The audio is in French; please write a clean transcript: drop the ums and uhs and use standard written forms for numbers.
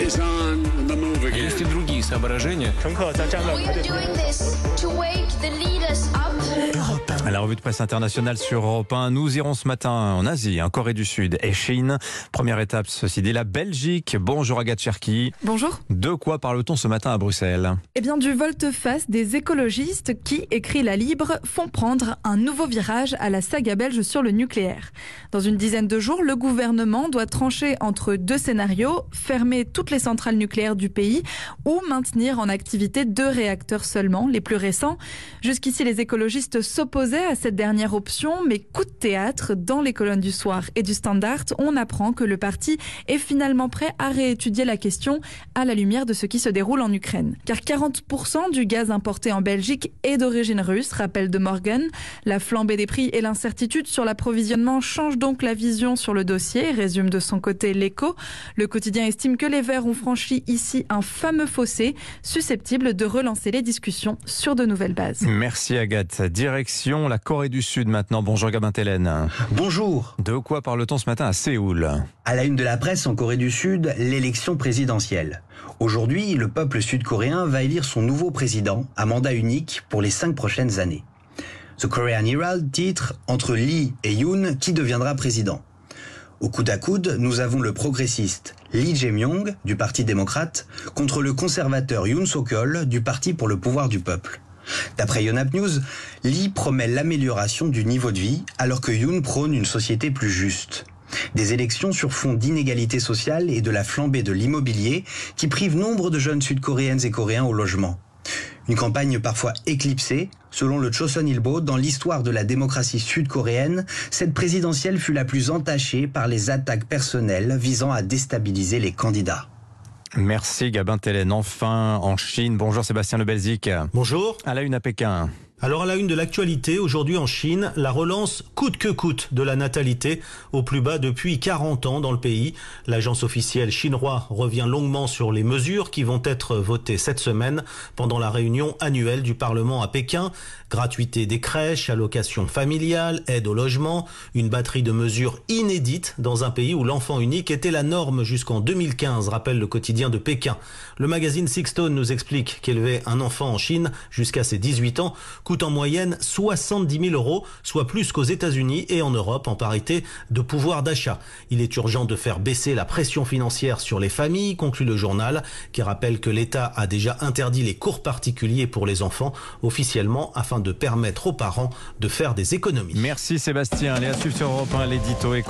is on the move again. Есть и другие соображения. We are doing this to wake the leaders up. À la revue de presse internationale sur Europe 1, nous irons ce matin en Asie, en Corée du Sud et Chine. Première étape, ceci dit, la Belgique. Bonjour Agathe Cherki. Bonjour. De quoi parle-t-on ce matin à Bruxelles ? Eh bien, du volte-face des écologistes qui, écrit La Libre, font prendre un nouveau virage à la saga belge sur le nucléaire. Dans une dizaine de jours, le gouvernement doit trancher entre deux scénarios, fermer toutes les centrales nucléaires du pays ou maintenir en activité 2 réacteurs seulement, les plus récents. Jusqu'ici, les écologistes s'opposaient à cette dernière option, mais coup de théâtre, dans les colonnes du Soir et du Standard, on apprend que le parti est finalement prêt à réétudier la question à la lumière de ce qui se déroule en Ukraine. Car 40% du gaz importé en Belgique est d'origine russe, rappelle De Morgan. La flambée des prix et l'incertitude sur l'approvisionnement changent donc la vision sur le dossier, résume de son côté l'Écho. Le quotidien estime que les Verts ont franchi ici un fameux fossé, susceptible de relancer les discussions sur de nouvelles bases. Merci Agathe. Direction la Corée du Sud maintenant. Bonjour Gabin Tellen. Bonjour. De quoi parle-t-on ce matin à Séoul ? À la une de la presse en Corée du Sud, l'élection présidentielle. Aujourd'hui, le peuple sud-coréen va élire son nouveau président à mandat unique pour les 5 prochaines années. The Korean Herald titre « Entre Lee et Yoon, qui deviendra président ?» Au coude à coude, nous avons le progressiste Lee Jae-myung du Parti démocrate contre le conservateur Yoon Suk-yeol du Parti pour le pouvoir du peuple. D'après Yonhap News, Lee promet l'amélioration du niveau de vie alors que Yoon prône une société plus juste. Des élections sur fond d'inégalité sociale et de la flambée de l'immobilier qui privent nombre de jeunes sud-coréennes et coréens au logement. Une campagne parfois éclipsée. Selon le Chosun Ilbo, dans l'histoire de la démocratie sud-coréenne, cette présidentielle fut la plus entachée par les attaques personnelles visant à déstabiliser les candidats. Merci Gabin Tellen. Enfin, en Chine. Bonjour Sébastien Le Belzic. Bonjour. À la une à Pékin. Alors à la une de l'actualité, aujourd'hui en Chine, la relance coûte que coûte de la natalité au plus bas depuis 40 ans dans le pays. L'agence officielle chinoise revient longuement sur les mesures qui vont être votées cette semaine pendant la réunion annuelle du Parlement à Pékin. Gratuité des crèches, allocation familiale, aide au logement, une batterie de mesures inédites dans un pays où l'enfant unique était la norme jusqu'en 2015, rappelle le quotidien de Pékin. Le magazine Sixstone nous explique qu'élever un enfant en Chine jusqu'à ses 18 ans coûte en moyenne 70 000 €, soit plus qu'aux États-Unis et en Europe en parité de pouvoir d'achat. Il est urgent de faire baisser la pression financière sur les familles, conclut le journal, qui rappelle que l'État a déjà interdit les cours particuliers pour les enfants officiellement afin de permettre aux parents de faire des économies. Merci Sébastien. Allez à suivre sur Europe 1 l'édito